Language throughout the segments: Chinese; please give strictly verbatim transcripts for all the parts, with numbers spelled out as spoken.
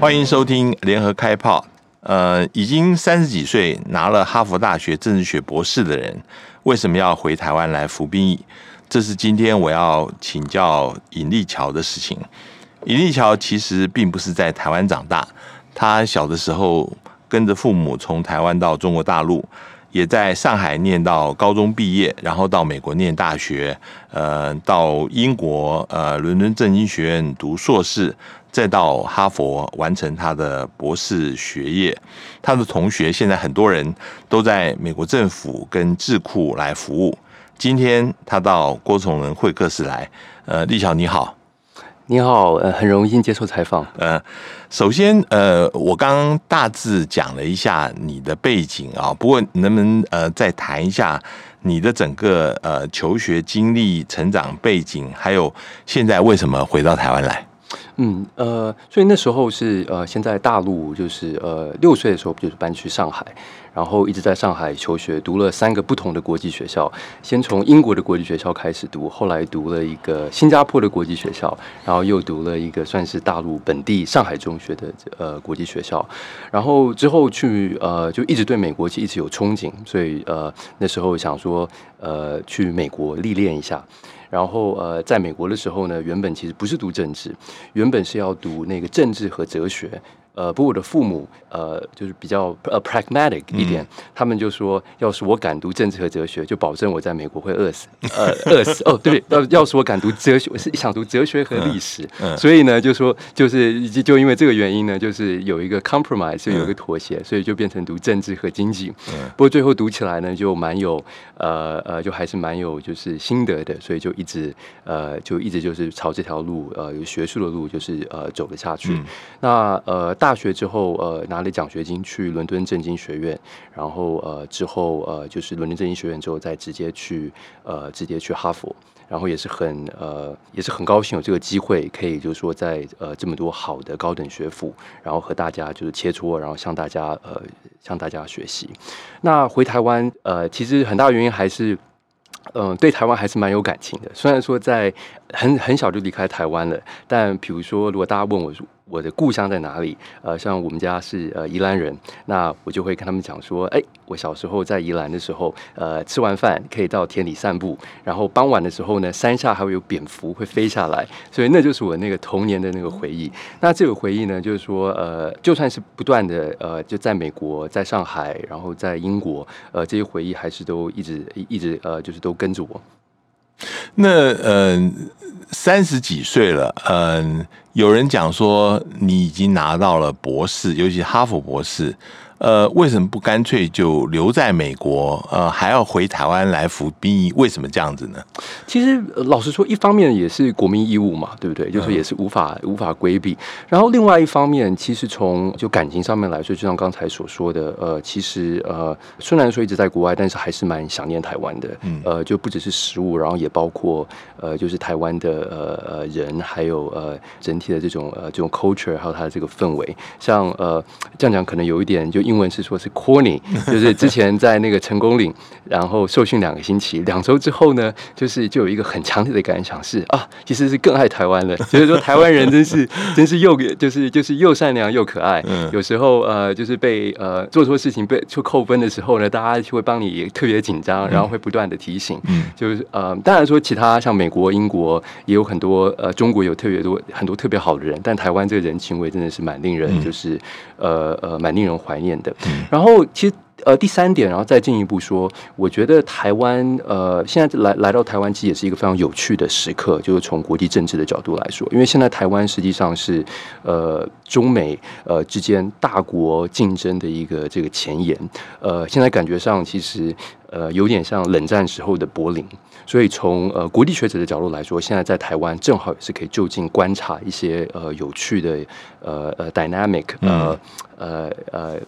欢迎收听联合开炮。呃，已经三十几岁拿了哈佛大学政治学博士的人，为什么要回台湾来服兵役？这是今天我要请教尹立樵的事情。尹立樵其实并不是在台湾长大，他小的时候跟着父母从台湾到中国大陆，也在上海念到高中毕业，然后到美国念大学，呃，到英国呃伦敦政经学院读硕士，再到哈佛完成他的博士学业。他的同学现在很多人都在美国政府跟智库来服务。今天他到郭崇仁会客室来，呃，立樵你好。 你好，呃，很荣幸接受采访。 呃，首先，呃，我刚刚大致讲了一下你的背景啊，不过能不能呃再谈一下你的整个呃求学经历、成长背景，还有现在为什么回到台湾来？ 嗯，呃，所以那时候是呃，先在大陆，就是呃六岁的时候就是搬去上海，然后一直在上海求学，读了三个不同的国际学校，先从英国的国际学校开始读，后来读了一个新加坡的国际学校，然后又读了一个算是大陆本地上海中学的呃国际学校，然后之后去呃就一直对美国其实一直有憧憬，所以呃那时候想说呃去美国历练一下。然后呃，在美国的时候呢，原本其实不是读政治，原本是要读那个政治和哲学。呃，不过我的父母呃就是比较呃 pragmatic 一点，嗯、他们就说，要是我敢读政治和哲学，就保证我在美国会饿死，呃饿死。哦，对，要要是我敢读哲学，我是想读哲学和历史，嗯嗯、所以呢，就说就是就因为这个原因呢，就是有一个 compromise， 就有一个妥协，嗯、所以就变成读政治和经济。嗯、不过最后读起来呢，就蛮有呃呃，就还是蛮有就是心得的，所以就一直呃就一直就是朝这条路呃有学术的路就是呃走了下去。嗯、那呃。大学之后，呃，拿了奖学金去伦敦政经学院，然后呃之后呃就是伦敦政经学院之后，再直接去呃直接去哈佛，然后也是很呃也是很高兴有这个机会，可以就是说在呃这么多好的高等学府，然后和大家就是切磋，然后向大家呃向大家学习。那回台湾，呃，其实很大的原因还是。嗯、呃，对台湾还是蛮有感情的。虽然说在很很小就离开台湾了，但比如说，如果大家问我我的故乡在哪里，呃，像我们家是呃宜兰人，那我就会跟他们讲说，哎，我小时候在宜兰的时候，呃，吃完饭可以到田里散步，然后傍晚的时候呢，山下还会有蝙蝠会飞下来，所以那就是我那个童年的那个回忆。那这个回忆呢，就是说，呃，就算是不断的呃，就在美国、在上海，然后在英国，呃，这些回忆还是都一直一直呃，就是都跟着我。 那呃，三十几岁了，嗯、呃，有人讲说你已经拿到了博士，尤其哈佛博士，呃，为什么不干脆就留在美国？呃，还要回台湾来服兵役？为什么这样子呢？ 其实老实说，一方面也是国民义务嘛，对不对？就是也是无法、嗯、无法规避。然后另外一方面，其实从就感情上面来说，就像刚才所说的，呃，其实呃，虽然说一直在国外，但是还是蛮想念台湾的。嗯，呃，就不只是食物，然后也包括呃，就是台湾的呃呃人，还有呃整体的这种呃这种 culture， 还有它的这个氛围。像呃这样讲可能有一点，就英文是说是 corny， 就是之前在那个成功岭，然后受训两个星期，两周之后呢，就是就有一个很强烈的感想是啊，其实是更爱台湾了。就是说台湾人真是真是又就是就是又善良又可爱。嗯、有时候呃就是被呃做错事情被就扣分的时候呢，大家就会帮你特别紧张，然后会不断的提醒。嗯，就是呃当然说其他像美国、英国也有很多呃中国有特别多很多特别好的人，但台湾这个人情味真的是蛮令人、嗯、就是呃呃蛮令人怀念的。嗯、然后其实。呃，第三点，然后再进一步说，我觉得台湾呃，现在来来到台湾，其实也是一个非常有趣的时刻，就是从国际政治的角度来说，因为现在台湾实际上是呃中美呃之间大国竞争的一个这个前沿，呃，现在感觉上其实呃有点像冷战时候的柏林。所以从呃国际学者的角度来说，现在在台湾正好也是可以就近观察一些呃有趣的呃呃 dynamic 呃呃呃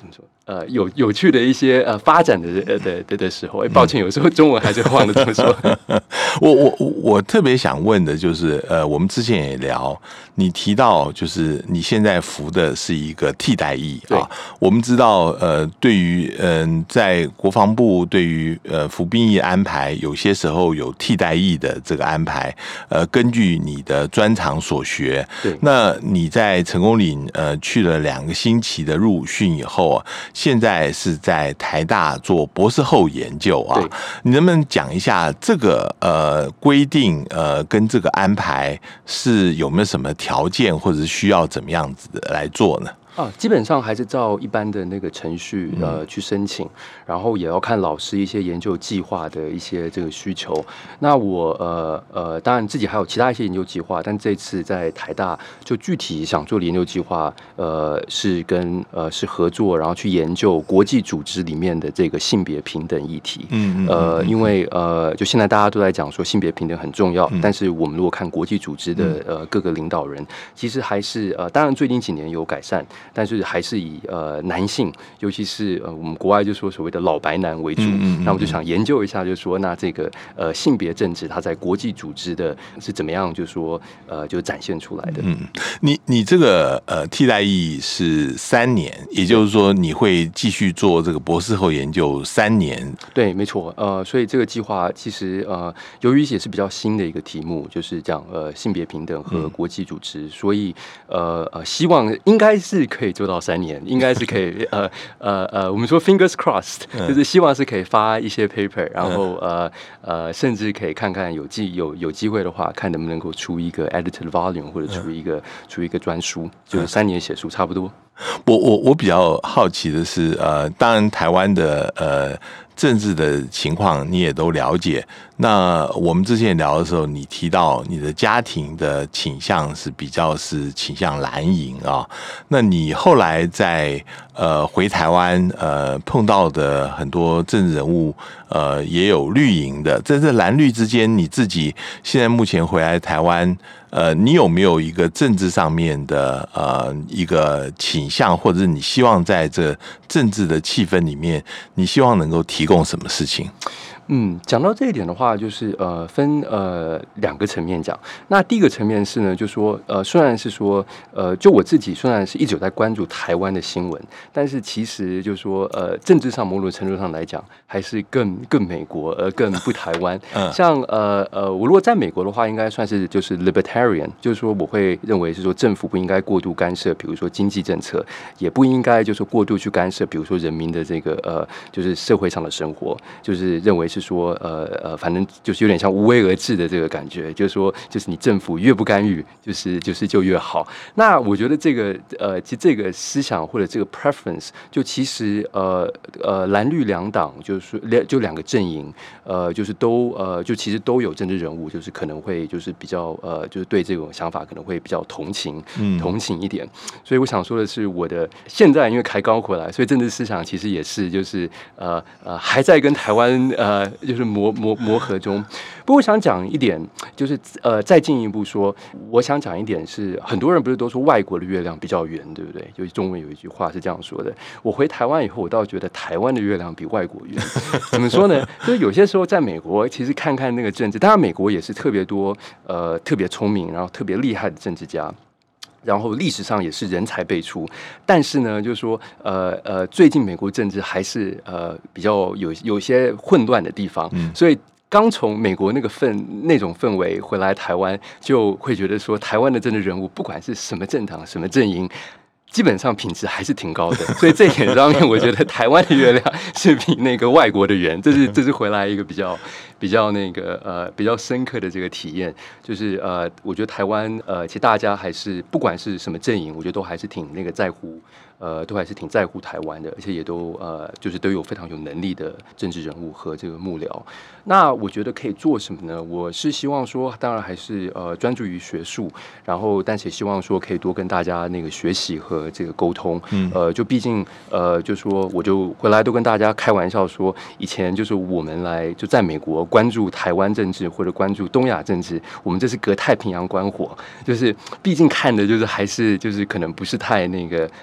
怎么说？呃，有有趣的一些呃发展的呃的的的时候，哎，抱歉，有时候中文还是忘了怎么说。 我我我特别想问的就是，呃，我们之前也聊，你提到就是你现在服的是一个替代役啊。我们知道，呃，对于嗯、呃，在国防部对于呃服兵役安排，有些时候有替代役的这个安排，呃，根据你的专长所学。 对， 那你在成功岭呃去了两个星期的入伍训以后啊，现在是在台大做博士后研究啊。你能不能讲一下这个呃规定呃跟这个安排是有没有什么条件，或者是需要怎么样子的来做呢？ 啊，基本上还是照一般的那个程序呃去申请，然后也要看老师一些研究计划的一些这个需求。那我呃呃，当然自己还有其他一些研究计划，但这次在台大就具体想做的研究计划，呃，是跟呃是合作，然后去研究国际组织里面的这个性别平等议题。嗯呃，因为呃，就现在大家都在讲说性别平等很重要，但是我们如果看国际组织的呃各个领导人，其实还是呃，当然最近几年有改善。但是还是以呃男性，尤其是呃我们国外就说所谓的老白男为主。嗯嗯嗯那我就想研究一下，就是说那这个呃性别政治它在国际组织的是怎么样，就是说呃就展现出来的。 嗯，你你这个呃替代役是三年，也就是说你会继续做这个博士后研究三年。 对，没错。呃，所以这个计划其实呃由于也是比较新的一个题目，就是讲呃性别平等和国际组织，嗯、所以呃呃希望应该是可以做到三年，应该是可以呃呃呃，我们说 fingers crossed， 就是希望是可以发一些 paper， 然后呃呃，甚至可以看看有机有有机会的话，看能不能够出一个 edited volume 或者出一个出一个专书，就是三年写书差不多。 我我我比较好奇的是，呃，当然台湾的呃政治的情况你也都了解。那我们之前聊的时候，你提到你的家庭的倾向是比较是倾向蓝营啊。那你后来在呃回台湾呃碰到的很多政治人物，呃也有绿营的，在这蓝绿之间，你自己现在目前回来台湾。呃，你有没有一个政治上面的呃一个倾向，或者是你希望在这政治的气氛里面，你希望能够提供什么事情？ 嗯，讲到这一点的话，就是呃分呃两个层面讲。那第一个层面是呢，就说呃虽然是说呃就我自己虽然是一直有在关注台湾的新闻，但是其实就说呃政治上某种程度上来讲，还是更更美国而更不台湾。嗯、像呃呃我如果在美国的话，应该算是就是 libertarian， 就是说我会认为是说政府不应该过度干涉，比如说经济政策，也不应该就是过度去干涉，比如说人民的这个呃就是社会上的生活，就是认为是。说呃呃，反正就是有点像无为而治的这个感觉，就是说，就是你政府越不干预，就是就是就越好。那我觉得这个呃，其实这个思想或者这个 preference， 就其实呃呃蓝绿两党就是两就两个阵营，呃，就是都呃就其实都有政治人物，就是可能会就是比较呃就是对这种想法可能会比较同情，嗯，同情一点。所以我想说的是，我的现在因为开高回来，所以政治思想其实也是就是呃呃还在跟台湾呃。就是磨磨磨合中，不过我想讲一点，就是呃，再进一步说，我想讲一点是，很多人不是都说外国的月亮比较圆，对不对？就是中文有一句话是这样说的。我回台湾以后，我倒觉得台湾的月亮比外国圆。怎么说呢？就是有些时候在美国，其实看看那个政治，当然美国也是特别多呃特别聪明，然后特别厉害的政治家。然后历史上也是人才辈出，但是呢，就是说，呃呃，最近美国政治还是呃比较有有些混乱的地方，嗯、所以刚从美国那个氛那种氛围回来台湾，就会觉得说，台湾的政治人物不管是什么政党、什么阵营。基本上品质还是挺高的，所以这一点上面，我觉得台湾的月亮是比那个外国的圆，这是这是回来一个比较比较那个呃比较深刻的这个体验，就是呃，我觉得台湾呃，其实大家还是不管是什么阵营，我觉得都还是挺那个在乎。呃，都还是挺在乎台湾的，而且也都呃，就是都有非常有能力的政治人物和这个幕僚。那我觉得可以做什么呢？我是希望说，当然还是呃专注于学术，然后但是也希望说可以多跟大家那个学习和这个沟通。嗯，呃，就毕竟呃，就说我就回来都跟大家开玩笑说，以前就是我们来就在美国关注台湾政治或者关注东亚政治，我们这是隔太平洋观火，就是毕竟看的就是还是就是可能不是太那个，还是会有。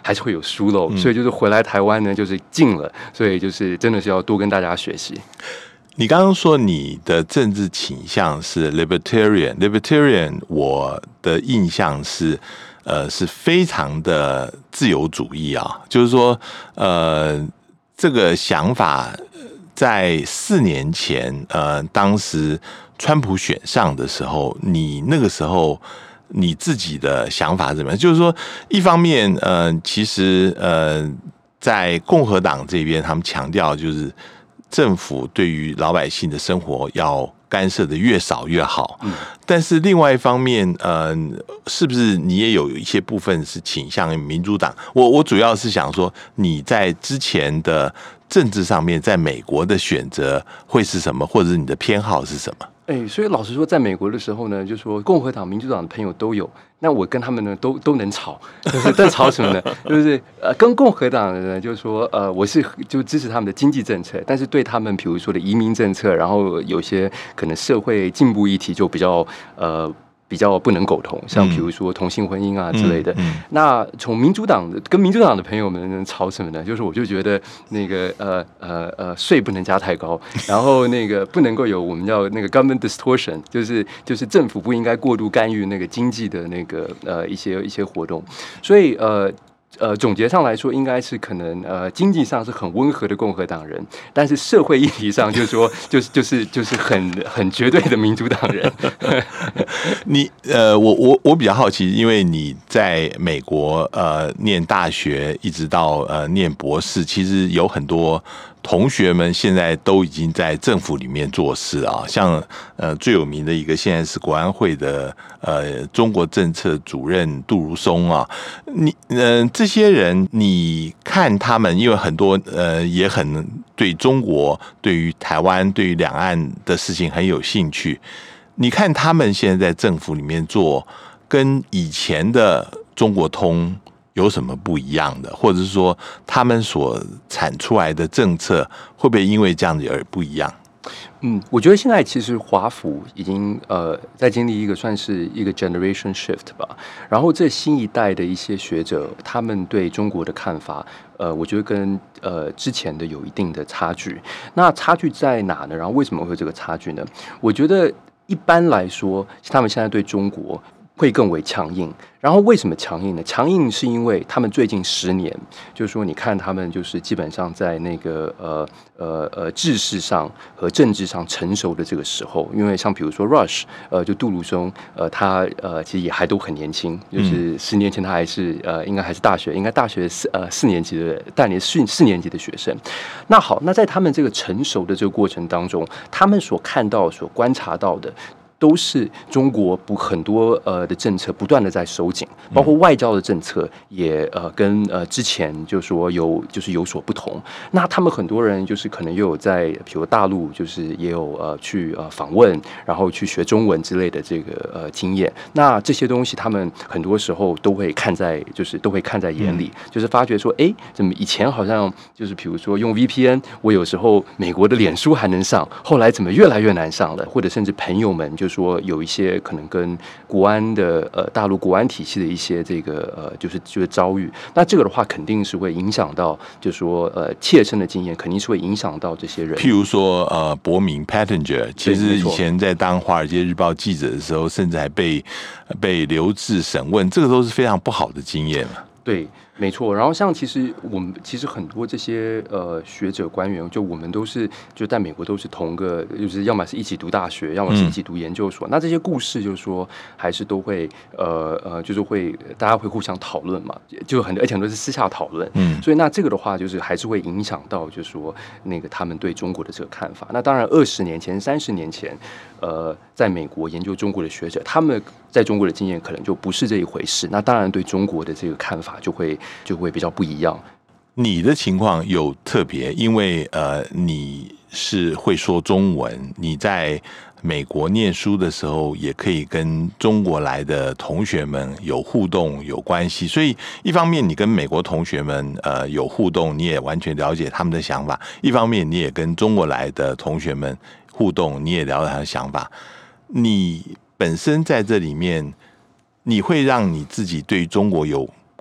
疏漏，所以就是回来台湾呢就是进了，所以就是真的是要多跟大家学习。 你刚刚说你的政治倾向是 libertarian，libertarian 我的印象是呃是非常的自由主义啊，就是说呃这个想法在四年前呃当时川普选上的时候，你那个时候你自己的想法是怎么样？就是说一方面呃其实呃在共和党这边他们强调就是政府对于老百姓的生活要干涉的越少越好，嗯，但是另外一方面，呃，是不是你也有一些部分是倾向于民主党？我我主要是想说，你在之前的政治上面，在美国的选择会是什么，或者是你的偏好是什么？ 哎，所以老实说，在美国的时候呢，就说共和党、民主党的朋友都有，那我跟他们呢都都能吵，就是但吵什么呢？就是呃，跟共和党的呢，就是说呃，我是就支持他们的经济政策，但是对他们比如说的移民政策，然后有些可能社会进步议题就比较呃。比较不能苟同，像比如说同性婚姻啊之类的。嗯嗯、那从民主党的跟民主党的朋友们吵什么呢？就是我就觉得那个呃呃呃税不能加太高，然后那个不能够有我们叫那个 government distortion， 就是就是政府不应该过度干预那个经济的那个呃一些一些活动，所以呃。呃，总结上来说，应该是可能呃，经济上是很温和的共和党人，但是社会议题上就是说，就是就是就是很很绝对的民主党人。 你呃，我我我比较好奇，因为你在美国呃念大学，一直到呃念博士，其实有很多同学们现在都已经在政府里面做事啊，像呃最有名的一个现在是国安会的呃中国政策主任杜如松啊，你呃这些人你看他们，因为很多呃也很对中国、对于台湾、对于两岸的事情很有兴趣，你看他们现在在政府里面做，跟以前的中国通有什么不一样的，或者是说他们所产出来的政策会不会因为这样子而不一样？ 嗯，我觉得现在其实华府已经呃在经历一个算是一个 generation shift 吧。然后这新一代的一些学者，他们对中国的看法，呃，我觉得跟呃之前的有一定的差距。那差距在哪呢？然后为什么会有这个差距呢？我觉得一般来说，他们现在对中国会更为强硬。然后为什么强硬呢？强硬是因为他们最近十年，就是说，你看他们就是基本上在那个呃呃呃治世上和政治上成熟的这个时候，因为像比如说 Rush， 呃，就杜鲁松，呃，他呃其实也还都很年轻，就是十年前他还是呃应该还是大学，应该大学四呃四年级的大年四四年级的学生。那好，那在他们这个成熟的这个过程当中，他们所看到、所观察到的，都是中国不很多呃的政策不断的在收紧，包括外交的政策也呃跟呃之前就说有就是有所不同。那他们很多人就是可能又有在比如大陆就是也有呃去呃访问，然后去学中文之类的这个呃经验。那这些东西他们很多时候都会看在就是都会看在眼里，嗯、就是发觉说，哎，怎么以前好像就是比如说用 V P N， 我有时候美国的脸书还能上，后来怎么越来越难上了，或者甚至朋友们就说有一些可能跟国安的呃大陆国安体系的一些这个呃就是就是遭遇，那这个的话肯定是会影响到，就是说呃切身的经验肯定是会影响到这些人。 譬如说呃伯明 Pettinger， 其实以前在当华尔街日报记者的时候，甚至还被被留置审问，这个都是非常不好的经验了。 对，没错。然后像其实我们其实很多这些呃学者官员，就我们都是就在美国都是同个，就是要么是一起读大学，要么是一起读研究所。嗯、那这些故事就是说还是都会呃呃，就是会大家会互相讨论嘛，就很而且都是私下讨论。嗯，所以那这个的话就是还是会影响到，就是说那个他们对中国的这个看法。那当然，二十年前、三十年前，呃，在美国研究中国的学者，他们在中国的经验可能就不是这一回事。那当然对中国的这个看法就会就会比较不一样。 你的情况有特别，因为呃你是会说中文，你在美国念书的时候也可以跟中国来的同学们有互动有关系，所以一方面你跟美国同学们呃有互动，你也完全了解他们的想法，一方面你也跟中国来的同学们互动，你也了解他的想法。你本身在这里面，你会让你自己对中国有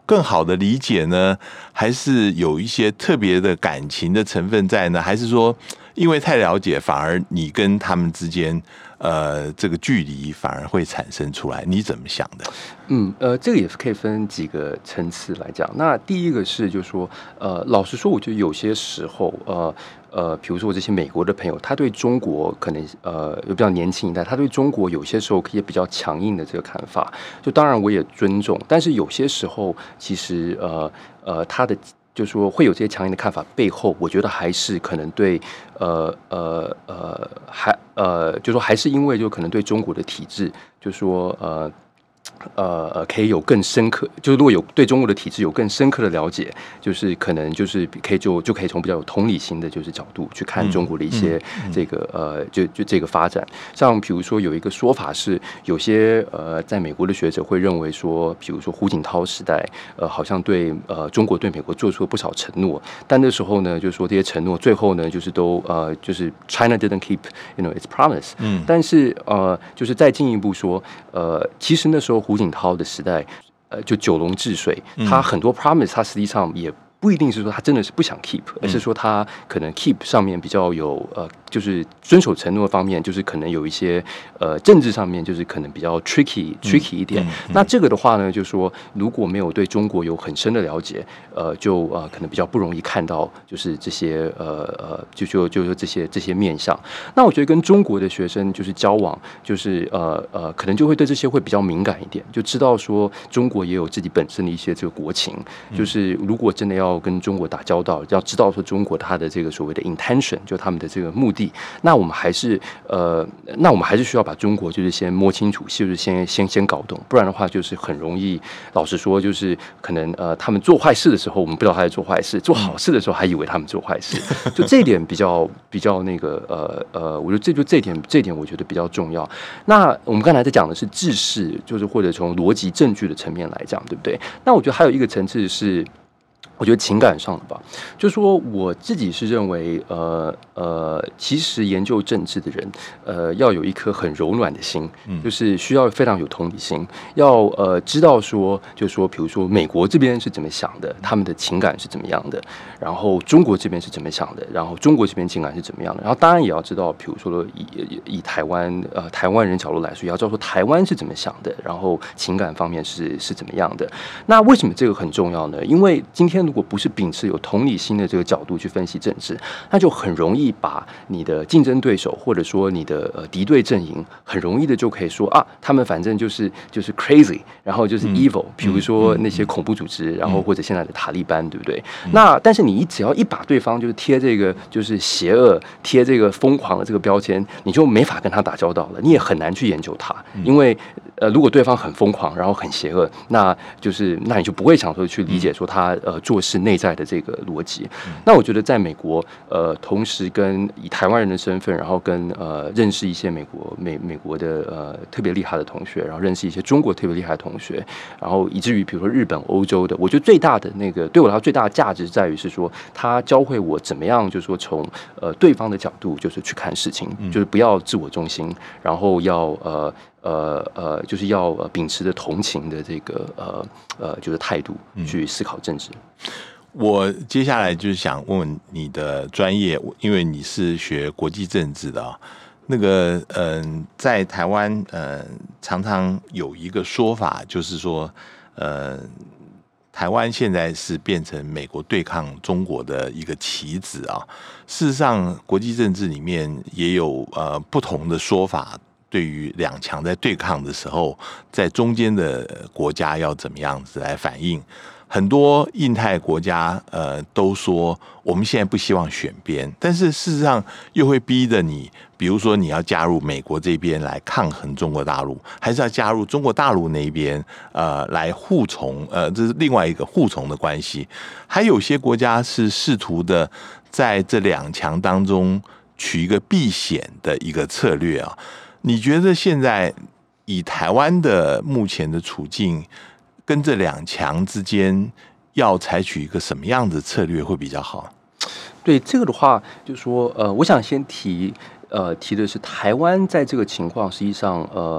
更好的理解呢，还是有一些特别的感情的成分在呢？还是说因为太了解，反而你跟他们之间呃这个距离反而会产生出来？你怎么想的？ 嗯，呃，这个也是可以分几个层次来讲。那第一个是，就是说，呃，老实说，我觉得有些时候，呃呃，比如说我这些美国的朋友，他对中国可能呃比较年轻一代，他对中国有些时候可以比较强硬的这个看法。就当然我也尊重，但是有些时候其实呃呃他的。就是说会有这些强硬的看法背后，我觉得还是可能对呃呃呃还呃，就说还是因为就可能对中国的体制，就说呃。呃呃，可以有更深刻，就是如果有对中国的体制有更深刻的了解，就是可能就是可以就就可以从比较有同理心的，就是角度去看中国的一些这个、嗯嗯、呃，就就这个发展。像比如说有一个说法是，有些呃在美国的学者会认为说，比如说胡锦涛时代，呃，好像对呃中国对美国做出了不少承诺，但那时候呢，就是说这些承诺最后呢，就是都呃就是 China didn't keep you know its promise。嗯，但是呃，就是再进一步说，呃，其实那时候。胡锦涛的时代，呃，就九龙治水，他很多 promise， 他实际上也不一定是说他真的是不想 keep， 而是说他可能 keep 上面比较有呃，就是遵守承诺方面，就是可能有一些呃政治上面就是可能比较 tricky tricky 一点。嗯嗯嗯、那这个的话呢，就是说如果没有对中国有很深的了解，呃，就呃可能比较不容易看到就是这些呃呃，就就就是这些这些面向。那我觉得跟中国的学生就是交往，就是呃呃，可能就会对这些会比较敏感一点，就知道说中国也有自己本身的一些这个国情，就是如果真的要要跟中国打交道，要知道说中国它的这个所谓的 intention， 就他们的这个目的，那我们还是呃，那我们还是需要把中国就是先摸清楚，就是先先先搞懂，不然的话就是很容易，老实说就是可能呃，他们做坏事的时候，我们不知道他在做坏事；做好事的时候，还以为他们做坏事。就这一点比较比较那个呃呃，我觉得这就这点这点我觉得比较重要。那我们刚才在讲的是知识，就是或者从逻辑证据的层面来讲，对不对？那我觉得还有一个层次是。我觉得情感上的吧，就是说我自己是认为，呃呃，其实研究政治的人，呃，要有一颗很柔软的心，就是需要非常有同理心，要呃知道说，就是说，比如说美国这边是怎么想的，他们的情感是怎么样的，然后中国这边是怎么想的，然后中国这边情感是怎么样的，然后当然也要知道，比如说以以台湾呃台湾人角度来说，也要知道说台湾是怎么想的，然后情感方面是是怎么样的。那为什么这个很重要呢？因为今天如果不是秉持有同理心的这个角度去分析政治，那就很容易把你的竞争对手或者说你的呃敌对阵营，很容易的就可以说啊，他们反正就是就是 crazy， 然后就是 evil，、嗯、比如说那些恐怖组织，然后或者现在的塔利班，对不对？嗯、那但是你只要一把对方就是贴这个就是邪恶、贴这个疯狂的这个标签，你就没法跟他打交道了，你也很难去研究他，因为呃，如果对方很疯狂，然后很邪恶，那就是那你就不会想说去理解说他呃做事内在的这个逻辑。嗯、那我觉得在美国，呃，同时跟以台湾人的身份，然后跟呃认识一些美国美美国的呃特别厉害的同学，然后认识一些中国特别厉害的同学，然后以至于比如说日本、欧洲的，我觉得最大的那个对我来说最大的价值在于是说，他教会我怎么样，就是说从呃对方的角度就是去看事情，嗯、就是不要自我中心，然后要呃。呃呃，就是要秉持着同情的这个呃呃，就是态度去思考政治。 嗯、我接下来就是想问问你的专业，因为你是学国际政治的啊。那个嗯、呃，在台湾呃，常常有一个说法，就是说呃，台湾现在是变成美国对抗中国的一个棋子啊。事实上，国际政治里面也有呃不同的说法。对于两强在对抗的时候，在中间的国家要怎么样子来反应？很多印太国家呃都说我们现在不希望选边，但是事实上又会逼着你，比如说你要加入美国这边来抗衡中国大陆，还是要加入中国大陆那边呃来互从，呃这是另外一个互从的关系。还有些国家是试图的在这两强当中取一个避险的一个策略啊。你觉得现在以台湾的目前的处境，跟这两强之间要采取一个什么样的策略会比较好？ 对这个的话，就是说，呃，我想先提，呃，提的是台湾在这个情况，实际上，呃。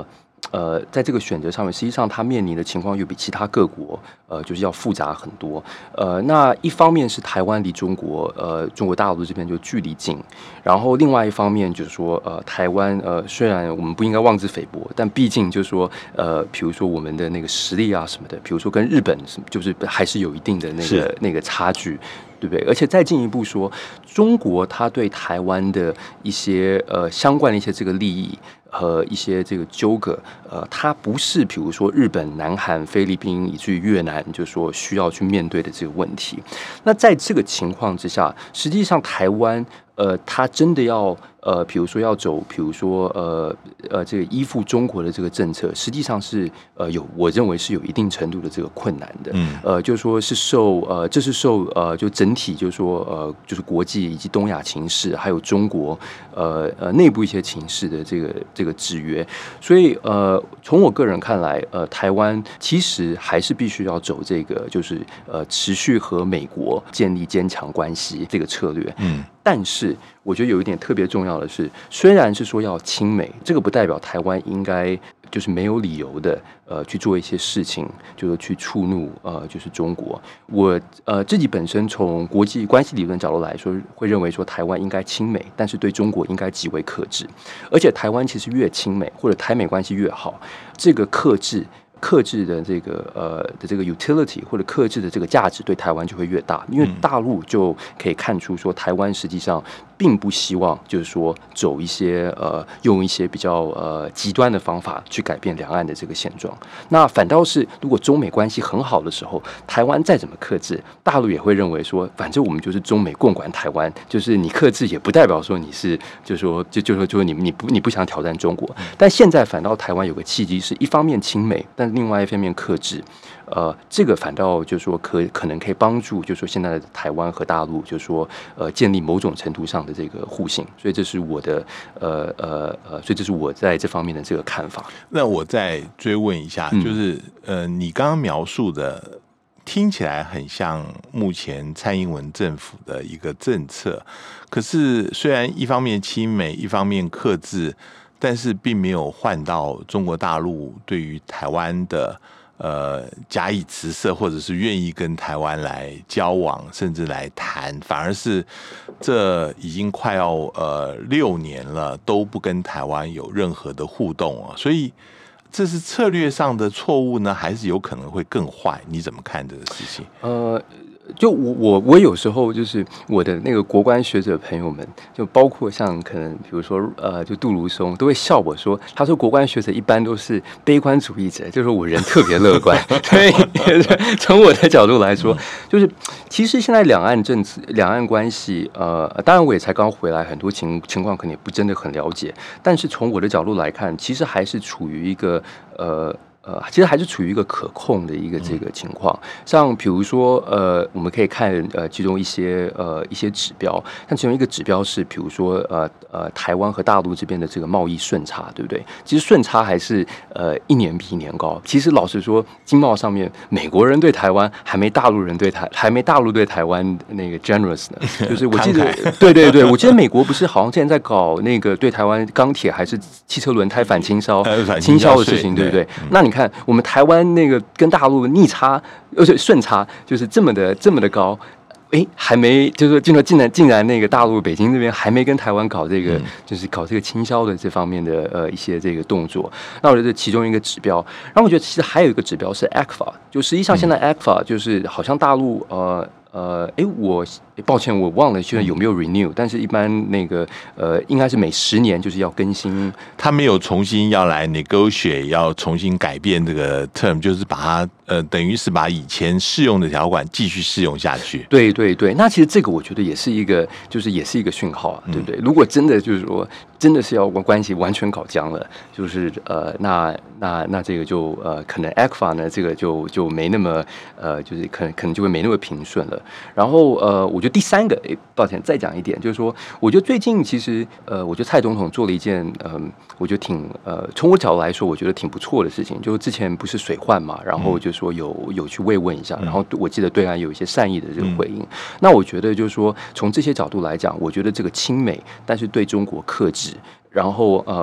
呃，在这个选择上面，实际上它面临的情况又比其他各国呃就是要复杂很多。呃，那一方面是台湾离中国呃中国大陆这边就距离近，然后另外一方面就是说呃台湾呃虽然我们不应该妄自菲薄，但毕竟就是说呃比如说我们的那个实力啊什么的，比如说跟日本就是还是有一定的那个那个差距。对不对？而且再进一步说，中国它对台湾的一些呃相关的一些这个利益和一些这个纠葛，呃，它不是比如说日本、南韩、菲律宾以至于越南，就是说需要去面对的这个问题。那在这个情况之下，实际上台湾呃，它真的要呃，比如说要走，比如说呃呃，这个依附中国的这个政策，实际上是呃有，我认为是有一定程度的这个困难的。嗯，呃，就是说是受呃，这是受呃，就整体就是说呃，就是国际以及东亚情势，还有中国呃呃内部一些情势的这个这个制约。所以呃，从我个人看来，呃，台湾其实还是必须要走这个，就是呃，持续和美国建立坚强关系这个策略。嗯。但是，我觉得有一点特别重要的是，虽然是说要亲美，这个不代表台湾应该就是没有理由的，呃，去做一些事情，就是去触怒呃，就是中国。我呃自己本身从国际关系理论角度来说，会认为说台湾应该亲美，但是对中国应该极为克制。而且台湾其实越亲美或者台美关系越好，这个克制。克制的这个呃的这个 utility 或者克制的这个价值对台湾就会越大，因为大陆就可以看出说台湾实际上并不希望就是说走一些呃用一些比较呃极端的方法去改变两岸的这个现状。那反倒是如果中美关系很好的时候，台湾再怎么克制，大陆也会认为说，反正我们就是中美共管台湾，就是你克制也不代表说你是就是说就就说就是你你不你不想挑战中国。但现在反倒台湾有个契机，是一方面亲美，但另外一方面克制，呃，这个反倒就是说可可能可以帮助，就是说现在的台湾和大陆，就是说呃建立某种程度上的这个互信，所以这是我的呃呃呃，所以这是我在这方面的这个看法。 那我再追问一下，嗯、就是呃，你刚刚描述的听起来很像目前蔡英文政府的一个政策，可是虽然一方面亲美，一方面克制。但是并没有换到中国大陆对于台湾的呃加以辞色，或者是愿意跟台湾来交往，甚至来谈，反而是这已经快要呃六年了，都不跟台湾有任何的互动啊。所以这是策略上的错误呢，还是有可能会更坏？你怎么看这个事情？ 呃。就我我我有时候就是我的那个国关学者朋友们，就包括像可能比如说呃，就杜如松都会笑我说，他说国关学者一般都是悲观主义者，就是我人特别乐观。所以从我的角度来说，就是其实现在两岸政治、两岸关系，呃，当然我也才刚回来，很多情情况可能也不真的很了解，但是从我的角度来看，其实还是处于一个呃。呃，其实还是处于一个可控的一个这个情况，像比如说，呃，我们可以看呃其中一些呃一些指标，像其中一个指标是，比如说呃呃台湾和大陆这边的这个贸易顺差，对不对？其实顺差还是呃一年比一年高。其实老实说，经贸上面，美国人对台湾还没大陆人对台还没大陆对台湾那个 generous 呢。就是我记得，对对对，我记得美国不是好像现在在搞那个对台湾钢铁还是汽车轮胎反倾销倾销的事情，对不对？那你看。看我们台湾那个跟大陆逆差，而且顺差就是这么的这么的高，哎，还没就是竟然竟然竟然那个大陆北京这边还没跟台湾搞这个，嗯、就是搞这个倾销的这方面的呃一些这个动作。那我觉得其中一个指标，然后我觉得其实还有一个指标是 A C F A， 就实际上现在 A C F A 就是好像大陆呃。呃，哎，我抱歉，我忘了现在有没有 renew，、嗯、但是一般那个呃，应该是每十年就是要更新。 他没有重新要来 negotiate， 要重新改变这个 term， 就是把它呃，等于是把以前适用的条款继续适用下去。 对对对，那其实这个我觉得也是一个，就是也是一个讯号啊，对不对？嗯、如果真的就是说，真的是要关系完全搞僵了，就是呃，那那那这个就呃，可能 A C F A 呢，这个就就没那么呃，就是可能可能就会没那么平顺了。然后呃，我觉得第三个，哎，抱歉，再讲一点，就是说，我觉得最近其实呃，我觉得蔡总统做了一件嗯、呃，我觉得挺呃，从我角度来说，我觉得挺不错的事情，就是之前不是水患嘛，然后就说有有去慰问一下，然后我记得对岸有一些善意的这个回应。嗯、那我觉得就是说，从这些角度来讲，我觉得这个亲美，但是对中国克制，然后呃。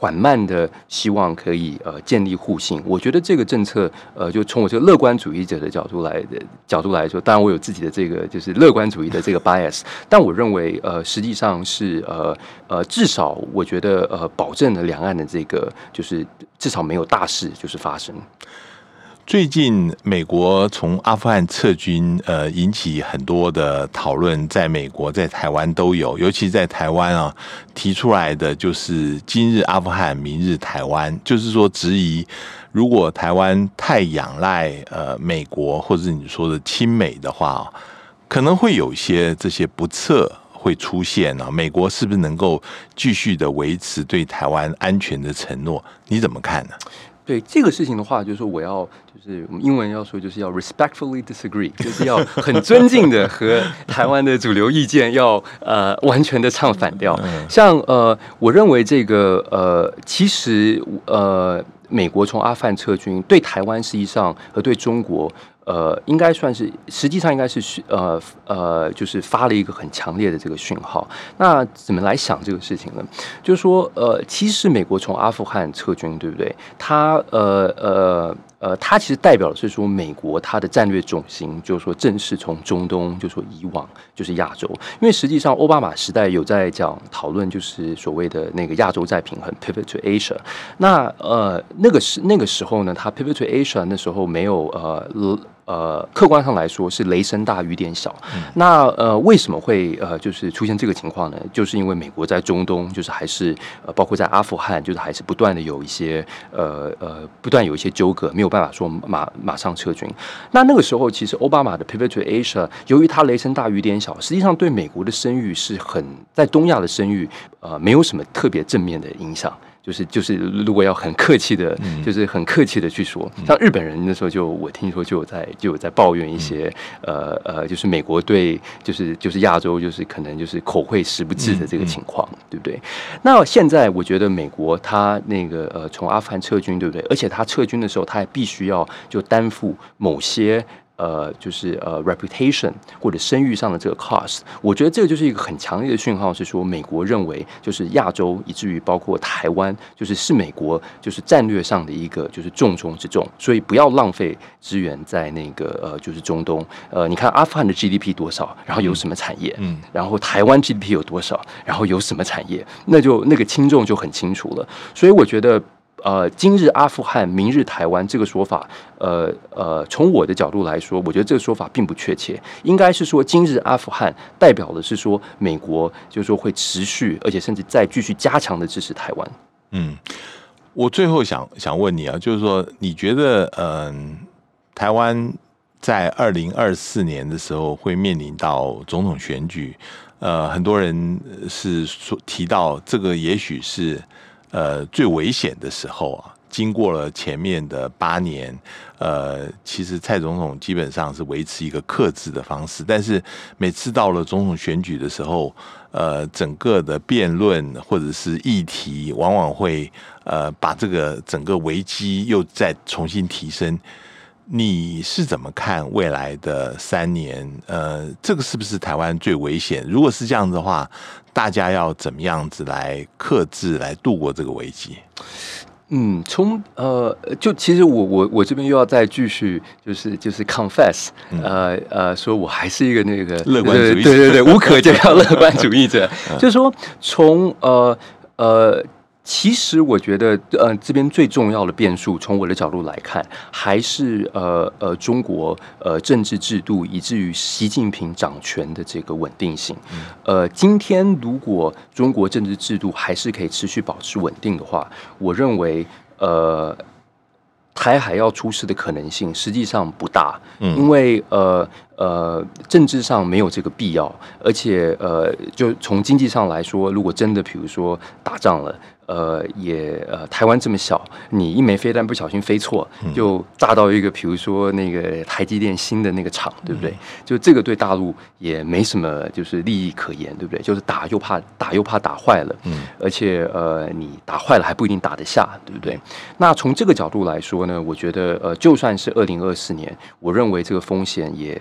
缓慢的希望可以呃建立互信。我觉得这个政策呃，就从我这个乐观主义者的角度来的角度来说，当然我有自己的这个就是乐观主义的这个 bias， 但我认为呃实际上是呃呃至少我觉得呃保证了两岸的这个就是至少没有大事就是发生。 最近美国从阿富汗撤军，呃，引起很多的讨论，在美国、在台湾都有，尤其在台湾啊，提出来的就是今日阿富汗，明日台湾，就是说质疑，如果台湾太仰赖呃美国或者你说的亲美的话，可能会有一些这些不测会出现啊。美国是不是能够继续的维持对台湾安全的承诺？你怎么看呢？ 对这个事情的话，就是说我要，就是我们英文要说，就是要 respectfully disagree， 就是要很尊敬的和台湾的主流意见要呃完全的唱反调。像呃，我认为这个呃，其实呃，美国从阿富汗撤军，对台湾实际上和对中国。呃，应该算是，实际上应该是呃呃，就是发了一个很强烈的这个讯号。那怎么来想这个事情呢？就是说，呃，其实美国从阿富汗撤军，对不对？它呃呃。呃，它其实代表的是说，美国它的战略重心就是说，正式从中东，就是说移往就是亚洲。因为实际上，奥巴马时代有在讲讨论，就是所谓的那个亚洲再平衡 （Pivot to Asia）。那呃，那个时那个时候呢，它 Pivot to Asia 那时候没有呃。呃，客观上来说是雷声大雨点小。嗯、那呃，为什么会呃就是出现这个情况呢？就是因为美国在中东，就是还是呃，包括在阿富汗，就是还是不断的有一些呃呃，不断有一些纠葛，没有办法说马马上撤军。那那个时候，其实奥巴马的 Pivot to Asia， 由于他雷声大雨点小，实际上对美国的声誉是很在东亚的声誉呃没有什么特别正面的影响。就是就是，如果要很客气的，就是很客气的去说，像日本人那时候就我听说就有在就有在抱怨一些呃呃，就是美国对就是就是亚洲就是可能就是口惠实不至的这个情况，对不对？那现在我觉得美国他那个呃从阿富汗撤军，对不对？而且他撤军的时候，他还必须要就担负某些。呃，就是呃 reputation 或者声誉上的这个 cost， 我觉得这个就是一个很强烈的讯号，是说美国认为就是亚洲，以至于包括台湾，就是是美国就是战略上的一个就是重中之重，所以不要浪费资源在那个呃就是中东。呃，你看阿富汗的 G D P 多少，然后有什么产业，嗯，然后台湾 G D P 有多少，然后有什么产业，那就那个轻重就很清楚了。所以我觉得。呃，今日阿富汗，明日台湾这个说法，呃呃，从我的角度来说，我觉得这个说法并不确切，应该是说今日阿富汗代表的是说美国就是说会持续，而且甚至再继续加强的支持台湾。 嗯，我最后想想问你啊，就是说你觉得，嗯、呃，台湾在二零二四年的时候会面临到总统选举，呃，很多人是说提到这个也许是。呃，最危险的时候啊，经过了前面的八年，呃，其实蔡总统基本上是维持一个克制的方式，但是每次到了总统选举的时候，呃，整个的辩论或者是议题，往往会呃把这个整个危机又再重新提升。你是怎么看未来的三年？呃，这个是不是台湾最危险？如果是这样子的话，大家要怎么样子来克制、来度过这个危机？ 嗯，从呃，就其实我我我这边又要再继续，就是就是 confess，、嗯、呃呃，说我还是一个那个乐观主义者， 对对对，无可救药乐观主义者，嗯、就是说从呃呃。其实我觉得，呃，这边最重要的变数，从我的角度来看，还是呃呃中国呃政治制度，以至于习近平掌权的这个稳定性。呃，今天如果中国政治制度还是可以持续保持稳定的话，我认为，呃。台海要出事的可能性实际上不大，嗯、因为呃呃政治上没有这个必要，而且呃就从经济上来说，如果真的比如说打仗了，呃也呃台湾这么小，你一枚飞弹不小心飞错，就炸到一个比如说那个台积电新的那个厂，对不对？就这个对大陆也没什么就是利益可言，对不对？就是打又怕打又怕打坏了，嗯，而且呃你打坏了还不一定打得下，对不对？那从这个角度来说呢，我觉得呃就算是二零二四年，我认为这个风险也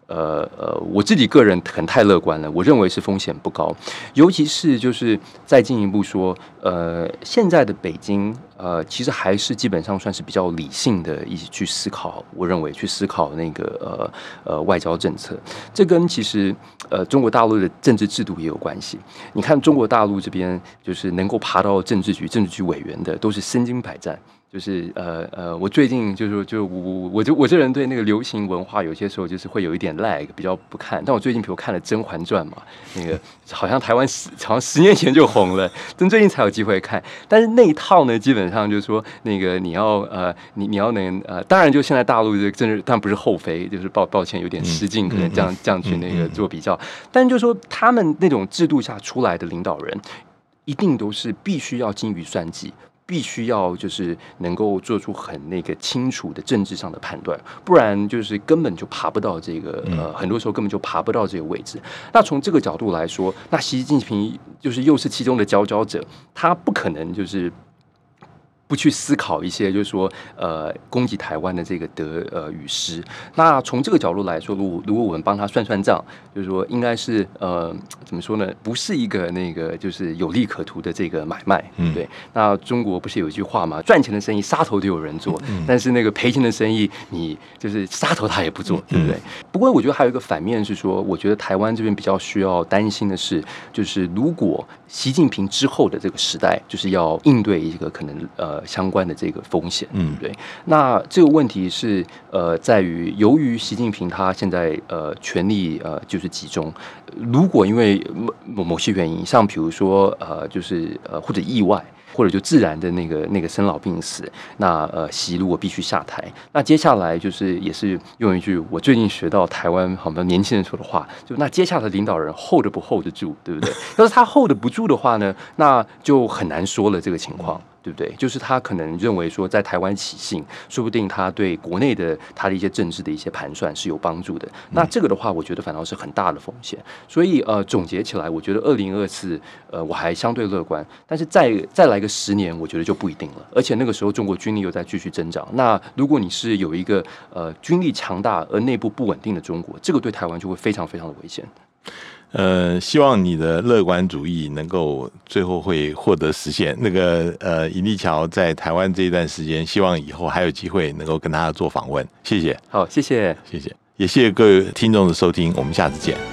呃呃，我自己个人可能太乐观了，我认为是风险不高，尤其是就是再进一步说，呃，现在的北京，呃，其实还是基本上算是比较理性的，一起去思考，我认为去思考那个呃呃外交政策，这跟其实呃中国大陆的政治制度也有关系。你看中国大陆这边，就是能够爬到政治局、政治局委员的，都是身经百战。就是呃呃，我最近就是就我我就我这人对那个流行文化有些时候就是会有一点 lag， 比较不看。但我最近比如看了《甄嬛传》嘛，那个好像台湾十好像十年前就红了，但最近才有机会看。但是那一套呢，基本上就是说那个你要呃你你要能呃，当然就现在大陆这真是，但不是后妃，就是抱抱歉有点失敬，可能这样这样去那个做比较。但是就是说他们那种制度下出来的领导人，一定都是必须要精于算计。必须要就是能够做出很那个清楚的政治上的判断，不然就是根本就爬不到这个呃，很多时候根本就爬不到这个位置。那从这个角度来说，那习近平就是又是其中的佼佼者，他不可能就是不去思考一些，就是说，呃，攻击台湾的这个得呃与失。那从这个角度来说，如果如果我们帮他算算账，就是说，应该是呃，怎么说呢？不是一个那个就是有利可图的这个买卖，对不对？嗯、那中国不是有一句话吗？赚钱的生意杀头就有人做，嗯、但是那个赔钱的生意，你就是杀头他也不做，对不对？嗯、不过我觉得还有一个反面是说，我觉得台湾这边比较需要担心的是，就是如果习近平之后的这个时代，就是要应对一个可能呃。相关的这个风险，嗯，对。那这个问题是呃，在于由于习近平他现在呃权力呃就是集中，如果因为某某些原因，像比如说呃就是呃或者意外。或者就自然的那个那个生老病死，那呃习如果必须下台，那接下来就是也是用一句我最近学到台湾好多年轻人说的话，就那接下来的领导人 hold 不 hold 得住，对不对？要是他 hold 不住的话呢，那就很难说了这个情况。对不对？就是他可能认为说，在台湾起兴，说不定他对国内的他的一些政治的一些盘算是有帮助的。那这个的话，我觉得反倒是很大的风险。所以呃，总结起来，我觉得二零二四呃，我还相对乐观。但是再再来个十年，我觉得就不一定了。而且那个时候，中国军力又在继续增长。那如果你是有一个呃军力强大而内部不稳定的中国，这个对台湾就会非常非常的危险。 呃，希望你的乐观主义能够最后会获得实现。那个呃，尹力桥在台湾这一段时间，希望以后还有机会能够跟他做访问。谢谢。 好，谢谢， 谢谢，也谢谢各位听众的收听，我们下次见。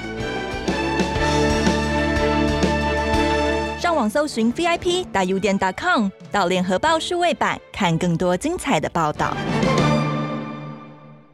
上网搜寻 V I P 大 U 点 com 到联合报数位版，看更多精彩的报道。